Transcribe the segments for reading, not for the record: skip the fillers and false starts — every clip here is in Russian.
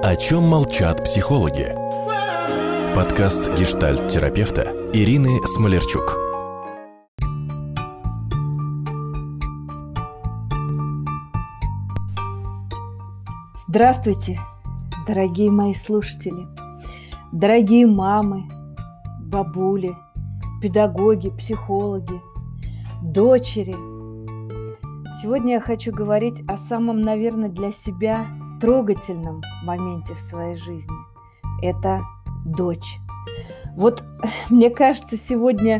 О чем молчат психологи? Подкаст гештальт-терапевта Ирины Смолерчук. Здравствуйте, дорогие мои слушатели, дорогие мамы, бабули, педагоги, психологи, дочери. Сегодня я хочу говорить о самом, наверное, для себя трогательном моменте в своей жизни. Это дочь. Вот мне кажется, сегодня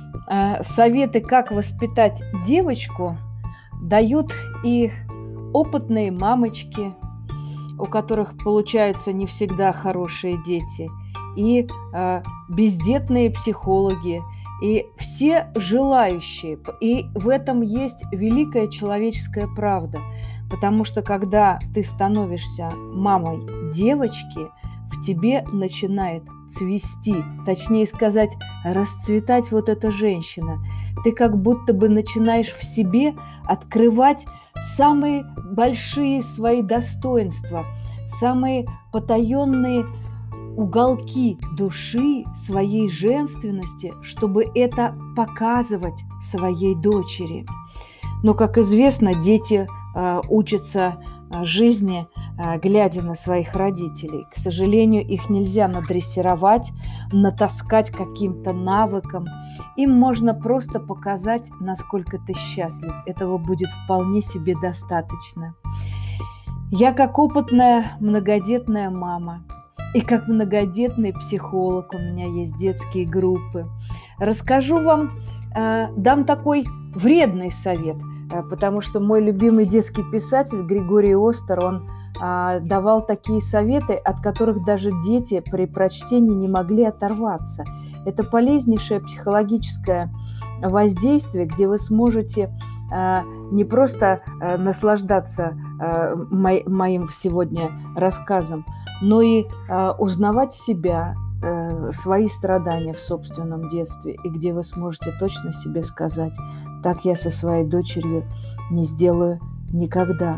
советы, как воспитать девочку, дают и опытные мамочки, у которых получаются не всегда хорошие дети, и бездетные психологи, и все желающие. И в этом есть великая человеческая правда, потому что когда ты становишься мамой девочки, в тебе начинает цвести, точнее сказать, расцветать вот эта женщина. Ты как будто бы начинаешь в себе открывать самые большие свои достоинства, самые потаенные уголки души, своей женственности, чтобы это показывать своей дочери. Но, как известно, дети учатся жизни, глядя на своих родителей. К сожалению, их нельзя надрессировать, натаскать каким-то навыкам. Им можно просто показать, насколько ты счастлив. Этого будет вполне себе достаточно. Я, как опытная многодетная мама и как многодетный психолог, у меня есть детские группы, расскажу вам, дам такой вредный совет, потому что мой любимый детский писатель Григорий Остер, он давал такие советы, от которых даже дети при прочтении не могли оторваться. Это полезнейшее психологическое воздействие, где вы сможете не просто наслаждаться моим сегодня рассказом, но и узнавать себя, свои страдания в собственном детстве, и где вы сможете точно себе сказать: так я со своей дочерью не сделаю никогда.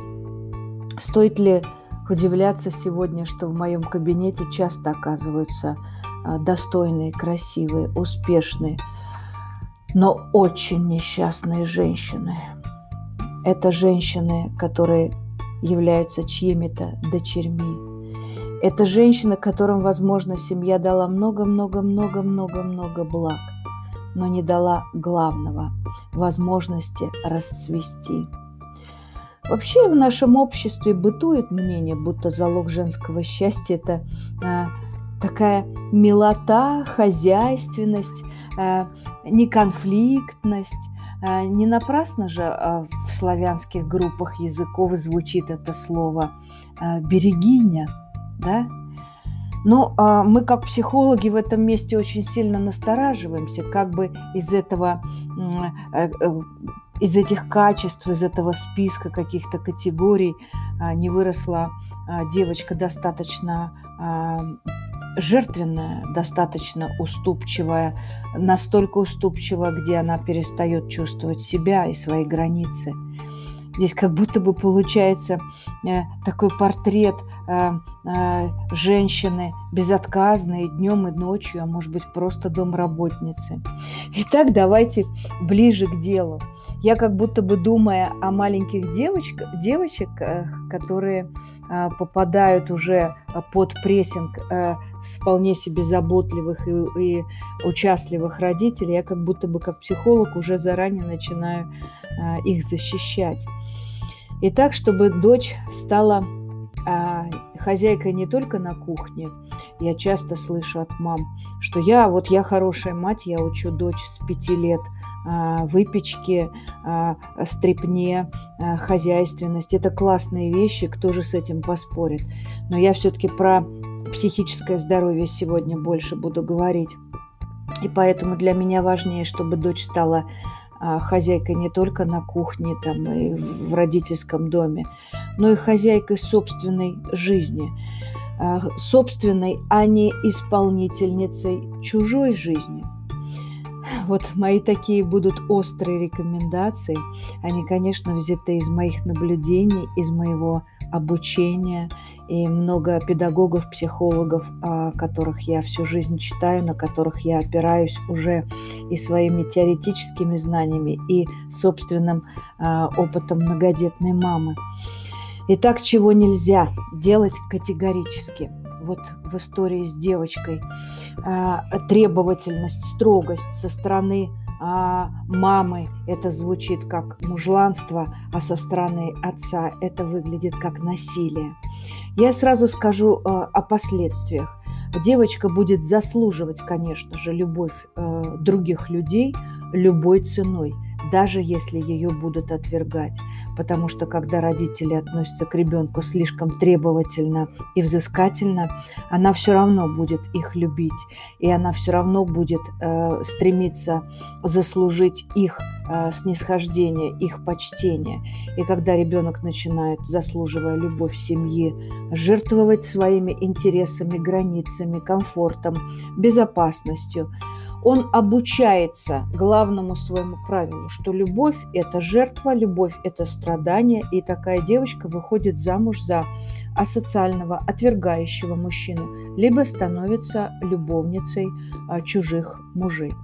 Стоит ли удивляться сегодня, что в моем кабинете часто оказываются достойные, красивые, успешные, но очень несчастные женщины. Это женщины, которые являются чьими-то дочерьми. Это женщины, которым, возможно, семья дала много-много-много-много-много благ, но не дала главного – возможности расцвести. Вообще в нашем обществе бытует мнение, будто залог женского счастья – это такая милота, хозяйственность, неконфликтность. Не напрасно же в славянских группах языков звучит это слово «берегиня». Да? Но мы, как психологи, в этом месте очень сильно настораживаемся, как бы из этих качеств, из этого списка каких-то категорий не выросла девочка достаточно жертвенная, достаточно уступчивая, настолько уступчивая, где она перестает чувствовать себя и свои границы. Здесь как будто бы получается такой портрет женщины безотказной днем и ночью, а может быть просто домработницы. Итак, давайте ближе к делу. Я как будто бы, думая о маленьких девочек, которые попадают уже под прессинг вполне себе заботливых и участливых родителей, я как будто бы как психолог уже заранее начинаю их защищать. И так, чтобы дочь стала хозяйкой не только на кухне. Я часто слышу от мам, что я хорошая мать, я учу дочь с 5 лет выпечке, стряпне, хозяйственность. Это классные вещи, кто же с этим поспорит. Но я все-таки про психическое здоровье сегодня больше буду говорить. И поэтому для меня важнее, чтобы дочь стала хозяйкой не только на кухне там, и в родительском доме, но и хозяйкой собственной жизни. Собственной, а не исполнительницей чужой жизни. Вот мои такие будут острые рекомендации. Они, конечно, взяты из моих наблюдений, из моего обучения, и много педагогов, психологов, которых я всю жизнь читаю, на которых я опираюсь уже и своими теоретическими знаниями, и собственным опытом многодетной мамы. Итак, чего нельзя делать категорически? Вот в истории с девочкой требовательность, строгость со стороны мамы это звучит как мужланство, а со стороны отца это выглядит как насилие. Я сразу скажу о последствиях. Девочка будет заслуживать, конечно же, любовь других людей любой ценой, даже если ее будут отвергать. Потому что когда родители относятся к ребенку слишком требовательно и взыскательно, она все равно будет их любить, и она все равно будет стремиться заслужить их снисхождение, их почтение. И когда ребенок начинает, заслуживая любовь семьи, жертвовать своими интересами, границами, комфортом, безопасностью, он обучается главному своему правилу, что любовь – это жертва, любовь – это страдание, и такая девочка выходит замуж за асоциального, отвергающего мужчину, либо становится любовницей чужих мужей.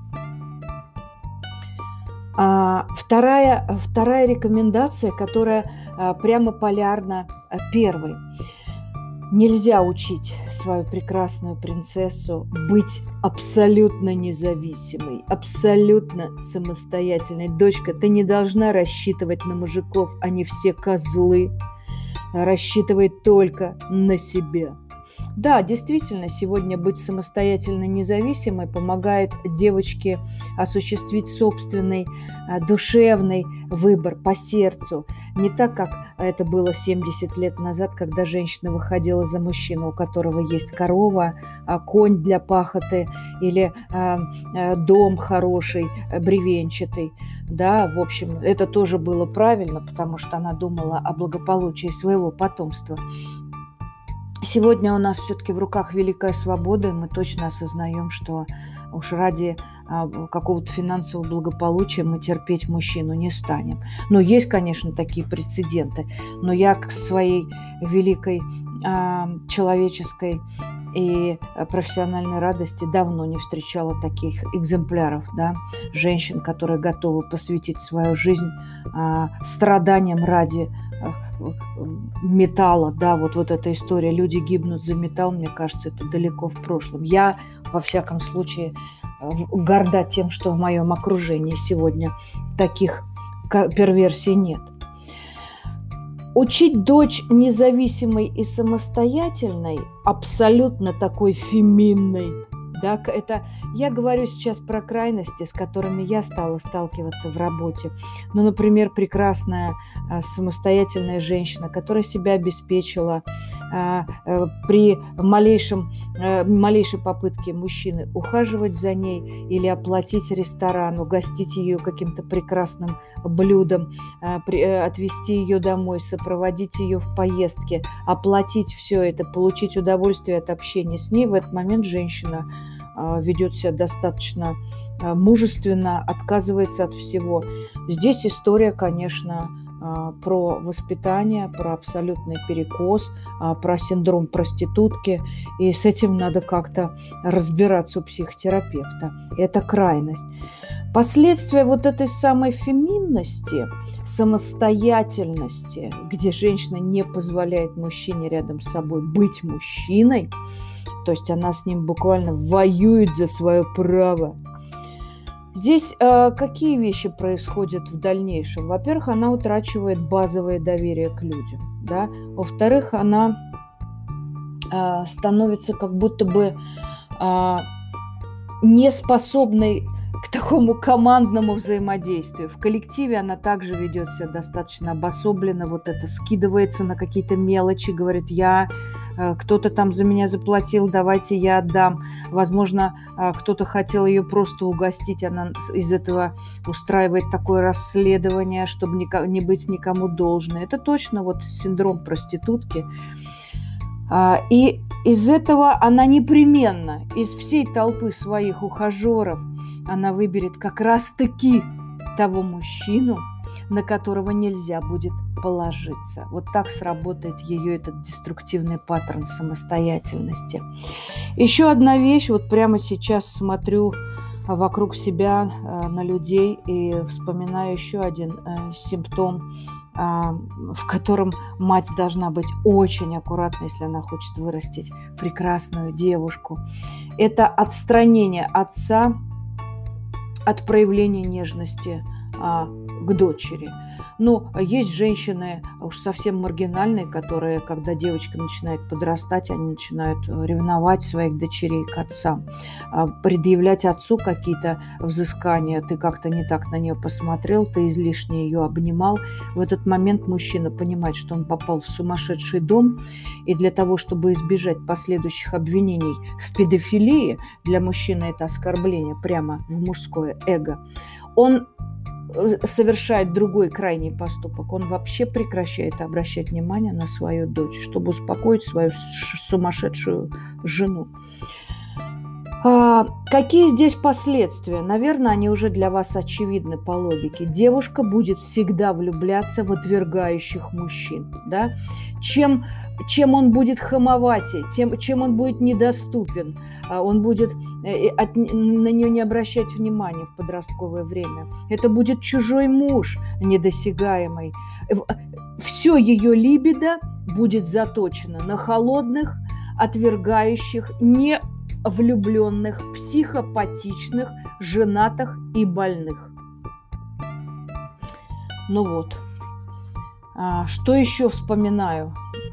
Вторая рекомендация, которая прямо полярна первой. Нельзя учить свою прекрасную принцессу быть абсолютно независимой, абсолютно самостоятельной. Дочка, ты не должна рассчитывать на мужиков, они все козлы. Рассчитывай только на себя. Да, действительно, сегодня быть самостоятельно независимой помогает девочке осуществить собственный душевный выбор по сердцу. Не так, как это было 70 лет назад, когда женщина выходила за мужчину, у которого есть корова, конь для пахоты или дом хороший, бревенчатый. Да, в общем, это тоже было правильно, потому что она думала о благополучии своего потомства. Сегодня у нас все-таки в руках великая свобода, и мы точно осознаем, что уж ради какого-то финансового благополучия мы терпеть мужчину не станем. Но есть, конечно, такие прецеденты. Но я к своей великой человеческой и профессиональной радости давно не встречала таких экземпляров, да, женщин, которые готовы посвятить свою жизнь страданиям ради металла, да, вот эта история, люди гибнут за металл, мне кажется, это далеко в прошлом. Я, во всяком случае, горда тем, что в моем окружении сегодня таких перверсий нет. Учить дочь независимой и самостоятельной, абсолютно такой феминной, да, это я говорю сейчас про крайности, с которыми я стала сталкиваться в работе. Ну, например, прекрасная самостоятельная женщина, которая себя обеспечила при малейшей попытке мужчины ухаживать за ней или оплатить ресторан, угостить ее каким-то прекрасным блюдом, отвезти ее домой, сопроводить ее в поездке, оплатить все это, получить удовольствие от общения с ней. В этот момент женщина ведет себя достаточно мужественно, отказывается от всего. Здесь история, конечно, про воспитание, про абсолютный перекос, про синдром проститутки. И с этим надо как-то разбираться у психотерапевта. Это крайность. Последствия вот этой самой феминности, самостоятельности, где женщина не позволяет мужчине рядом с собой быть мужчиной, то есть она с ним буквально воюет за свое право. Здесь какие вещи происходят в дальнейшем? Во-первых, она утрачивает базовое доверие к людям. Да? Во-вторых, она становится как будто бы неспособной к такому командному взаимодействию. В коллективе она также ведет себя достаточно обособленно, вот это скидывается на какие-то мелочи, говорит, кто-то там за меня заплатил, давайте я отдам. Возможно, кто-то хотел ее просто угостить, она из этого устраивает такое расследование, чтобы не быть никому должной. Это точно вот синдром проститутки. И из этого она непременно, из всей толпы своих ухажеров, она выберет как раз-таки того мужчину, на которого нельзя будет положиться. Вот так сработает ее этот деструктивный паттерн самостоятельности. Еще одна вещь, вот прямо сейчас смотрю вокруг себя на людей и вспоминаю еще один симптом, в котором мать должна быть очень аккуратна, если она хочет вырастить прекрасную девушку. Это отстранение отца от проявления нежности к дочери. Ну, есть женщины уж совсем маргинальные, которые, когда девочка начинает подрастать, они начинают ревновать своих дочерей к отцам, предъявлять отцу какие-то взыскания. Ты как-то не так на нее посмотрел, ты излишне ее обнимал. В этот момент мужчина понимает, что он попал в сумасшедший дом, и для того, чтобы избежать последующих обвинений в педофилии, для мужчины это оскорбление прямо в мужское эго, он совершает другой крайний поступок. Он вообще прекращает обращать внимание на свою дочь, чтобы успокоить свою сумасшедшую жену. Какие здесь последствия? Наверное, они уже для вас очевидны по логике. Девушка будет всегда влюбляться в отвергающих мужчин. Да? Чем он будет хамоватее, чем он будет недоступен, он будет на нее не обращать внимания в подростковое время. Это будет чужой муж, недосягаемый. Все ее либидо будет заточено на холодных, отвергающих, невлюбленных, психопатичных, женатых и больных. Ну вот. Что еще вспоминаю?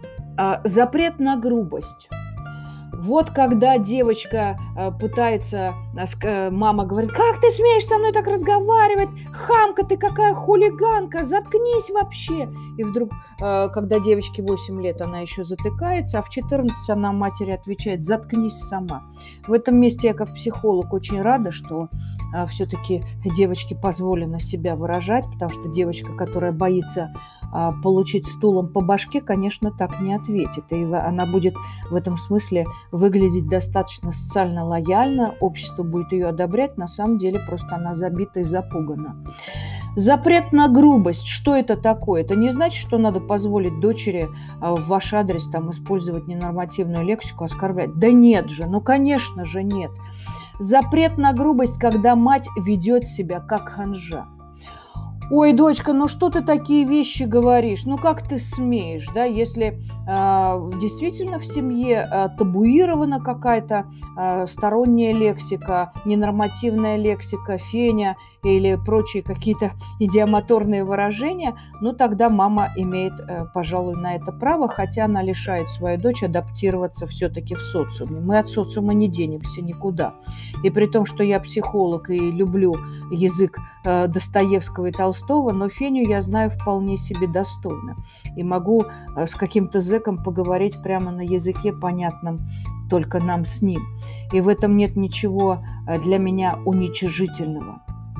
Запрет на грубость. Вот когда девочка пытается, мама говорит: как ты смеешь со мной так разговаривать? Хамка ты какая, хулиганка, заткнись вообще. И вдруг, когда девочке 8 лет, она еще затыкается, а в 14 она матери отвечает: заткнись сама. В этом месте я как психолог очень рада, что все-таки девочке позволено себя выражать, потому что девочка, которая боится получить стулом по башке, конечно, так не ответит. И она будет в этом смысле выглядеть достаточно социально лояльно, общество будет ее одобрять, на самом деле просто она забита и запугана. Запрет на грубость. Что это такое? Это не значит, что надо позволить дочери в ваш адрес там использовать ненормативную лексику, оскорблять. Да нет же, ну конечно же нет. Запрет на грубость, когда мать ведет себя как ханжа. Ой, дочка, ну что ты такие вещи говоришь? Ну как ты смеешь, да? Если действительно в семье табуирована какая-то сторонняя лексика, ненормативная лексика, феня или прочие какие-то идиомоторные выражения, ну тогда мама имеет, пожалуй, на это право, хотя она лишает свою дочь адаптироваться все-таки в социуме. Мы от социума не денемся никуда. И при том, что я психолог и люблю язык Достоевского и Толстого, но Феню я знаю вполне себе достойно. И могу с каким-то зэком поговорить прямо на языке, понятном только нам с ним. И в этом нет ничего для меня уничижительного.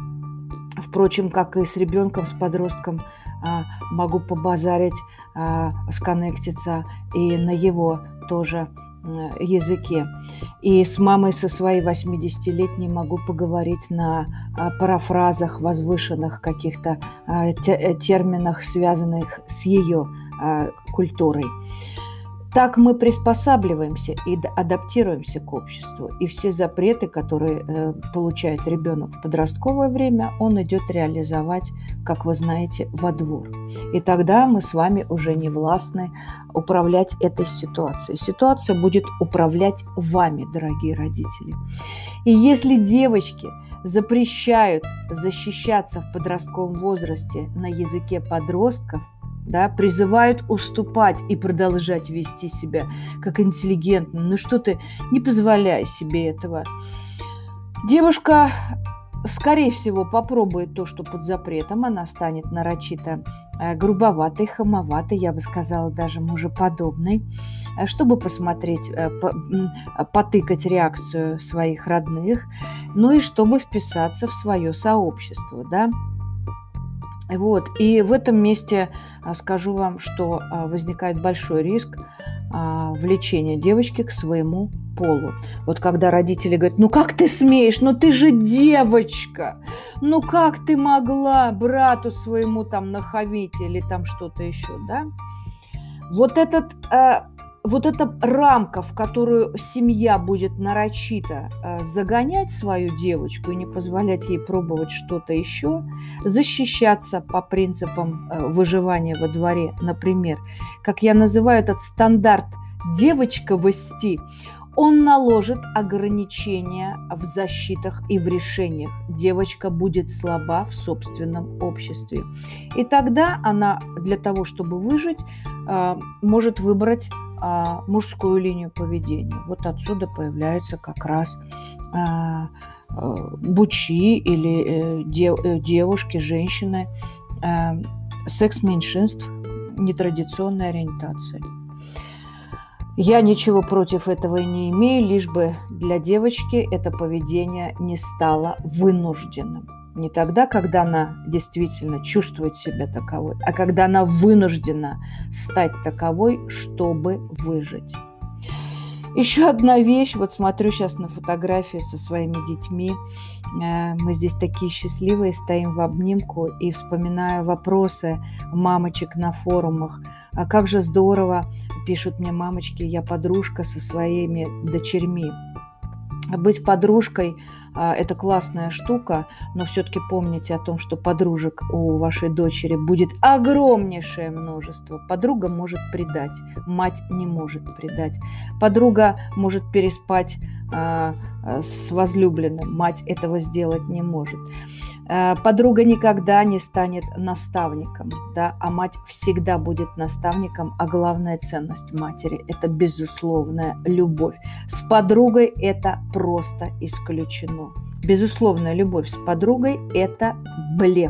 Впрочем, как и с ребенком, с подростком, могу побазарить, сконнектиться и на его тоже языке. И с мамой со своей 80-летней могу поговорить на парафразах, возвышенных каких-то терминах, связанных с ее культурой. Так мы приспосабливаемся и адаптируемся к обществу. И все запреты, которые получает ребенок в подростковое время, он идет реализовать, как вы знаете, во двор. И тогда мы с вами уже не властны управлять этой ситуацией. Ситуация будет управлять вами, дорогие родители. И если девочки запрещают защищаться в подростковом возрасте на языке подростков, да, призывают уступать и продолжать вести себя как интеллигентно. Ну что ты, не позволяй себе этого. Девушка, скорее всего, попробует то, что под запретом. Она станет нарочито грубоватой, хамоватой, я бы сказала, даже мужеподобной, чтобы посмотреть, потыкать реакцию своих родных, ну и чтобы вписаться в свое сообщество, да. Вот. И в этом месте скажу вам, что возникает большой риск влечение девочки к своему полу. Вот когда родители говорят: ну как ты смеешь, ну ты же девочка, ну как ты могла брату своему там нахамить или там что-то еще, да? Вот эта рамка, в которую семья будет нарочито загонять свою девочку и не позволять ей пробовать что-то еще, защищаться по принципам выживания во дворе, например, как я называю этот стандарт девочковости, он наложит ограничения в защитах и в решениях. Девочка будет слаба в собственном обществе. И тогда она для того, чтобы выжить, может выбрать мужскую линию поведения. Вот отсюда появляются как раз бучи или девушки, женщины секс-меньшинств нетрадиционной ориентации. Я ничего против этого и не имею, лишь бы для девочки это поведение не стало вынужденным. Не тогда, когда она действительно чувствует себя таковой, а когда она вынуждена стать таковой, чтобы выжить. Еще одна вещь. Вот смотрю сейчас на фотографии со своими детьми. Мы здесь такие счастливые, стоим в обнимку и вспоминаю вопросы мамочек на форумах. А как же здорово, пишут мне мамочки, я подружка со своими дочерьми. Быть подружкой – это классная штука, но все-таки помните о том, что подружек у вашей дочери будет огромнейшее множество. Подруга может предать, мать не может предать. Подруга может переспать с возлюбленным, мать этого сделать не может. Подруга никогда не станет наставником, да, а мать всегда будет наставником, а главная ценность матери – это безусловная любовь. С подругой это просто исключено. Безусловная любовь с подругой – это блеф.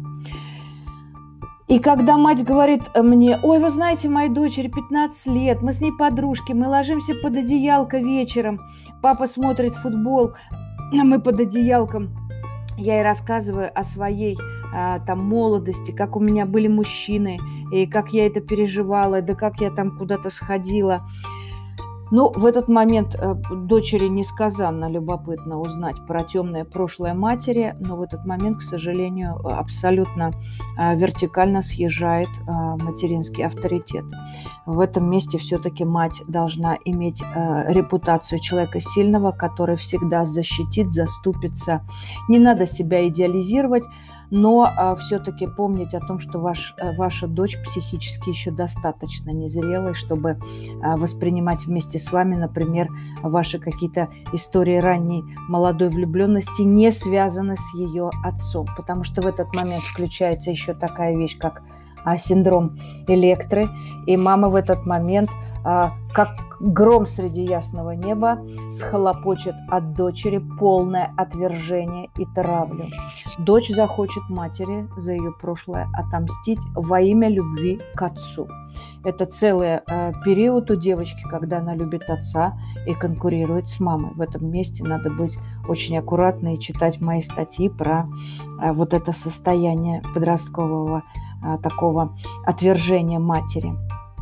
И когда мать говорит мне: ой, вы знаете, моей дочери 15 лет, мы с ней подружки, мы ложимся под одеялко вечером, папа смотрит футбол, мы под одеялком. Я ей рассказываю о своей там молодости, как у меня были мужчины, и как я это переживала, да как я там куда-то сходила. Ну, в этот момент дочери несказанно любопытно узнать про темное прошлое матери, но в этот момент, к сожалению, абсолютно вертикально съезжает материнский авторитет. В этом месте все-таки мать должна иметь репутацию человека сильного, который всегда защитит, заступится. Не надо себя идеализировать, но все-таки помнить о том, что ваша дочь психически еще достаточно незрелая, чтобы воспринимать вместе с вами, например, ваши какие-то истории ранней молодой влюбленности, не связаны с ее отцом, потому что в этот момент включается еще такая вещь, как синдром Электры, и мама в этот момент, как гром среди ясного неба, схлопочет от дочери полное отвержение и травлю. Дочь захочет матери за ее прошлое отомстить во имя любви к отцу. Это целый период у девочки, когда она любит отца и конкурирует с мамой. В этом месте надо быть очень аккуратной и читать мои статьи про вот это состояние подросткового такого отвержения матери.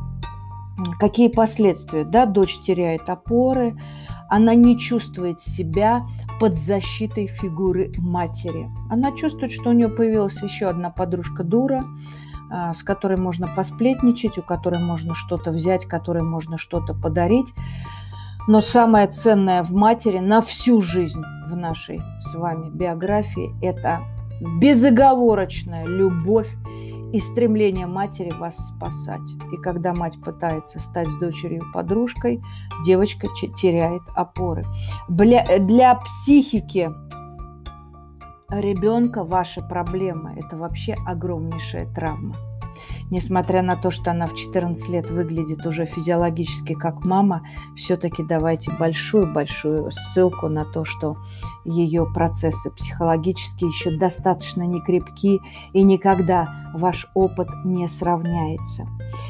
Какие последствия? Да, дочь теряет опоры, она не чувствует себя под защитой фигуры матери. Она чувствует, что у нее появилась еще одна подружка-дура, с которой можно посплетничать, у которой можно что-то взять, которой можно что-то подарить. Но самое ценное в матери на всю жизнь в нашей с вами биографии – это безоговорочная любовь и стремление матери вас спасать. И когда мать пытается стать с дочерью подружкой, девочка теряет опоры. Для психики ребенка ваши проблемы – это вообще огромнейшая травма. Несмотря на то, что она в 14 лет выглядит уже физиологически как мама, все-таки давайте большую-большую ссылку на то, что ее процессы психологические еще достаточно некрепки, и никогда ваш опыт не сравняется.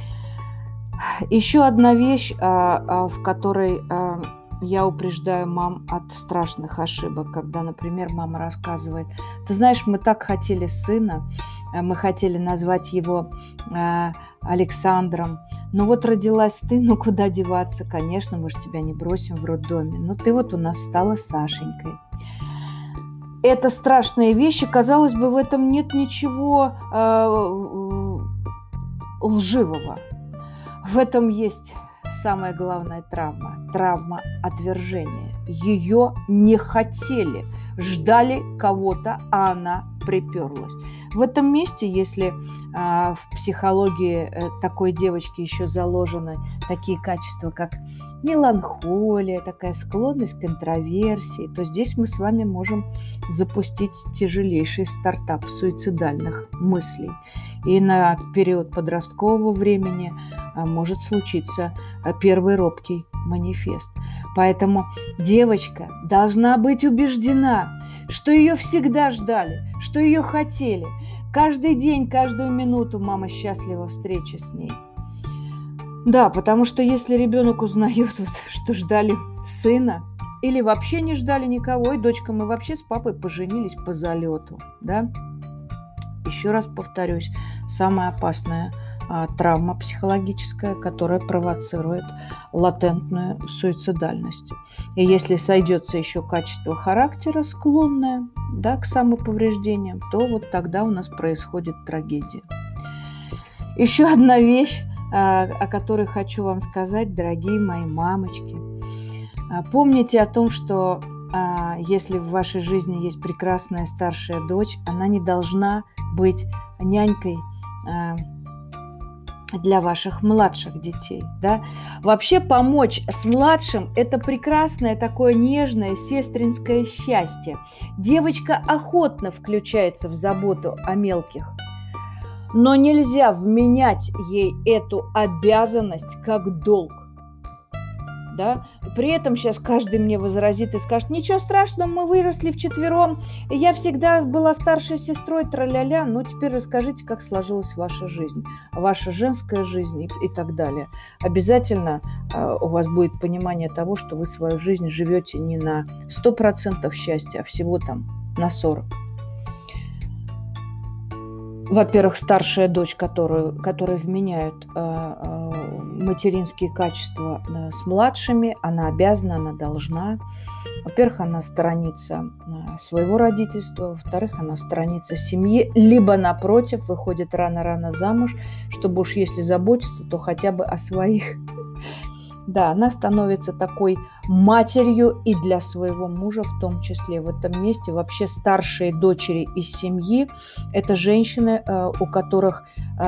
Еще одна вещь, в которой я упреждаю мам от страшных ошибок, когда, например, мама рассказывает: ты знаешь, мы так хотели сына, мы хотели назвать его Александром, Ну вот родилась ты, ну куда деваться? Конечно, мы же тебя не бросим в роддоме. Но ты вот у нас стала Сашенькой. Это страшные вещи. Казалось бы, в этом нет ничего лживого. В этом есть самая главная травма. Травма отвержения. Ее не хотели. Ждали кого-то, а она приперлась. В этом месте, если в психологии такой девочки еще заложены такие качества, как меланхолия, такая склонность к интроверсии, то здесь мы с вами можем запустить тяжелейший стартап суицидальных мыслей. И на период подросткового времени может случиться первый робкий манифест. Поэтому девочка должна быть убеждена, что ее всегда ждали, что ее хотели. Каждый день, каждую минуту мама счастлива встрече с ней. Да, потому что если ребенок узнает, что ждали сына, или вообще не ждали никого, и дочка, мы вообще с папой поженились по залету, да? Еще раз повторюсь, самая опасная травма психологическая, которая провоцирует латентную суицидальность. И если сойдется еще качество характера, склонное, да, к самоповреждениям, то вот тогда у нас происходит трагедия. Еще одна вещь, о которой хочу вам сказать, дорогие мои мамочки. Помните о том, что если в вашей жизни есть прекрасная старшая дочь, она не должна быть нянькой для ваших младших детей. Да? Вообще помочь с младшим – это прекрасное такое нежное сестринское счастье. Девочка охотно включается в заботу о мелких, но нельзя вменять ей эту обязанность как долг. Да? При этом сейчас каждый мне возразит и скажет: ничего страшного, мы выросли вчетвером, я всегда была старшей сестрой, тра-ля-ля. Ну, теперь расскажите, как сложилась ваша жизнь, ваша женская жизнь и так далее. Обязательно у вас будет понимание того, что вы свою жизнь живете не на 100% счастья, а всего там на 40%. Во-первых, старшая дочь, которая вменяет материнские качества с младшими, она обязана, она должна. Во-первых, она сторонится своего родительства, во-вторых, она сторонится семьи, либо, напротив, выходит рано-рано замуж, чтобы уж если заботиться, то хотя бы о своих. Да, она становится такой матерью и для своего мужа в том числе. В этом месте вообще старшие дочери из семьи – это женщины, у которых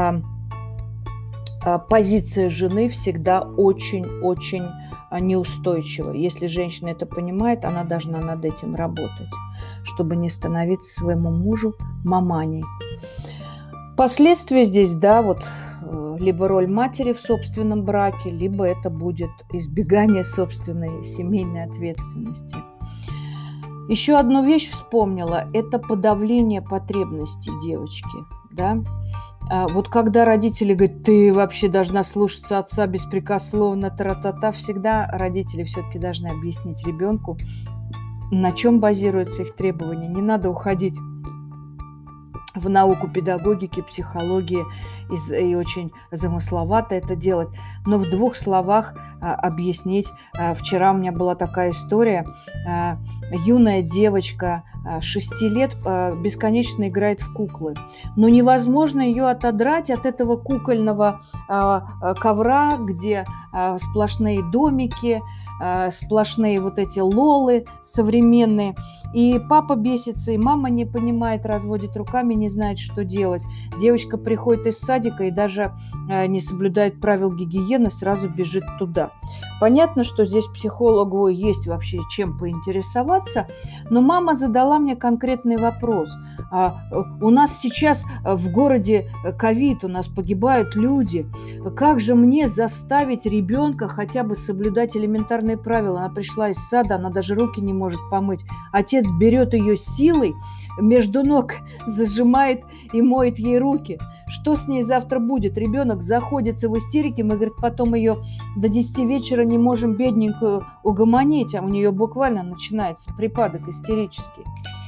позиция жены всегда очень-очень неустойчива. Если женщина это понимает, она должна над этим работать, чтобы не становиться своему мужу маманей. Последствия здесь, да, вот либо роль матери в собственном браке, либо это будет избегание собственной семейной ответственности. Еще одну вещь вспомнила – это подавление потребностей девочки. Да? Вот когда родители говорят: ты вообще должна слушаться отца беспрекословно, тра-та-та, всегда родители все-таки должны объяснить ребенку, на чем базируются их требования. Не надо уходить в науку педагогики, психологии и очень замысловато это делать, но в двух словах объяснить. Вчера у меня была такая история. Юная девочка 6 лет бесконечно играет в куклы, но невозможно ее отодрать от этого кукольного ковра, где сплошные домики, сплошные вот эти лолы современные. И папа бесится, и мама не понимает, разводит руками, не знает, что делать. Девочка приходит из садика и даже не соблюдает правил гигиены, сразу бежит туда. Понятно, что здесь психологу есть вообще чем поинтересоваться, но мама задала мне конкретный вопрос. У нас сейчас в городе ковид, у нас погибают люди. Как же мне заставить ребенка хотя бы соблюдать элементарные правила? Она пришла из сада, она даже руки не может помыть. Отец берет ее силой, между ног зажимает и моет ей руки. Что с ней завтра будет? Ребенок заходится в истерике, мы, говорит, потом ее до 10 вечера не можем бедненькую угомонить, а у нее буквально начинается припадок истерический.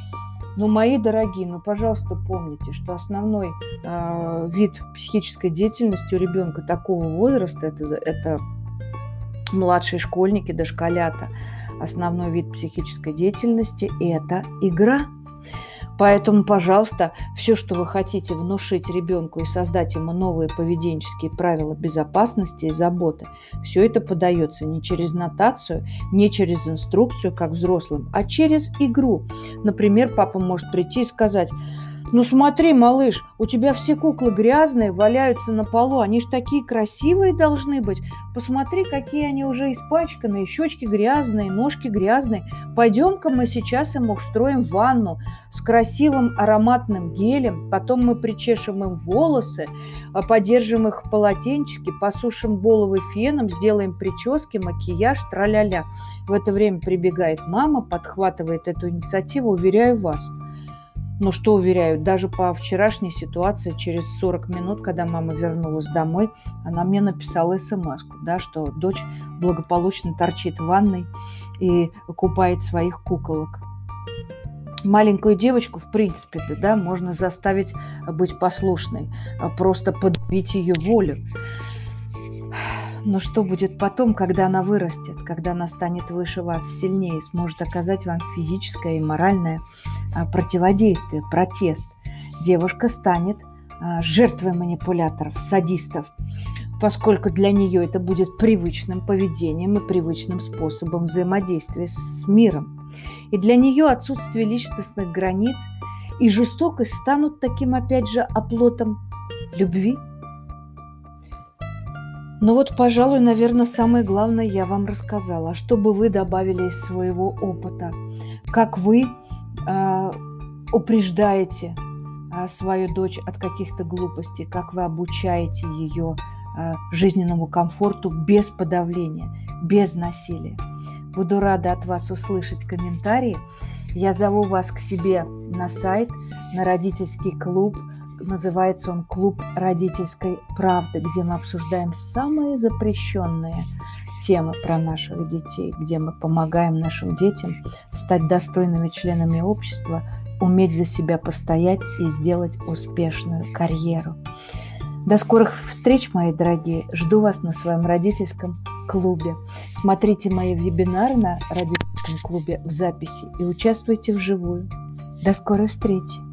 Но, мои дорогие, пожалуйста, помните, что основной вид психической деятельности у ребенка такого возраста это младшие школьники, дошколята. Основной вид психической деятельности – это игра. Поэтому, пожалуйста, все, что вы хотите внушить ребенку и создать ему новые поведенческие правила безопасности и заботы, все это подается не через нотацию, не через инструкцию, как взрослым, а через игру. Например, папа может прийти и сказать: ну смотри, малыш, у тебя все куклы грязные, валяются на полу, они ж такие красивые должны быть. Посмотри, какие они уже испачканные, щечки грязные, ножки грязные. Пойдем-ка мы сейчас им устроим ванну с красивым ароматным гелем, потом мы причешем им волосы, подержим их в полотенчике, посушим головы феном, сделаем прически, макияж, тра-ля-ля. В это время прибегает мама, подхватывает эту инициативу, уверяю вас. Но что уверяю, даже по вчерашней ситуации, через 40 минут, когда мама вернулась домой, она мне написала смс-ку, что дочь благополучно торчит в ванной и купает своих куколок. Маленькую девочку, в принципе, можно заставить быть послушной, просто подавить ее волю. Но что будет потом, когда она вырастет, когда она станет выше вас, сильнее, сможет оказать вам физическое и моральное противодействие, протест? Девушка станет жертвой манипуляторов, садистов, поскольку для нее это будет привычным поведением и привычным способом взаимодействия с миром. И для нее отсутствие личностных границ и жестокость станут таким, опять же, оплотом любви. Пожалуй, наверное, самое главное я вам рассказала. А что бы вы добавили из своего опыта? Как вы упреждаете свою дочь от каких-то глупостей? Как вы обучаете ее жизненному комфорту без подавления, без насилия? Буду рада от вас услышать комментарии. Я зову вас к себе на сайт, на родительский клуб. Называется он «Клуб родительской правды», где мы обсуждаем самые запрещенные темы про наших детей, где мы помогаем нашим детям стать достойными членами общества, уметь за себя постоять и сделать успешную карьеру. До скорых встреч, мои дорогие. Жду вас на своем родительском клубе. Смотрите мои вебинары на родительском клубе в записи и участвуйте вживую. До скорой встречи!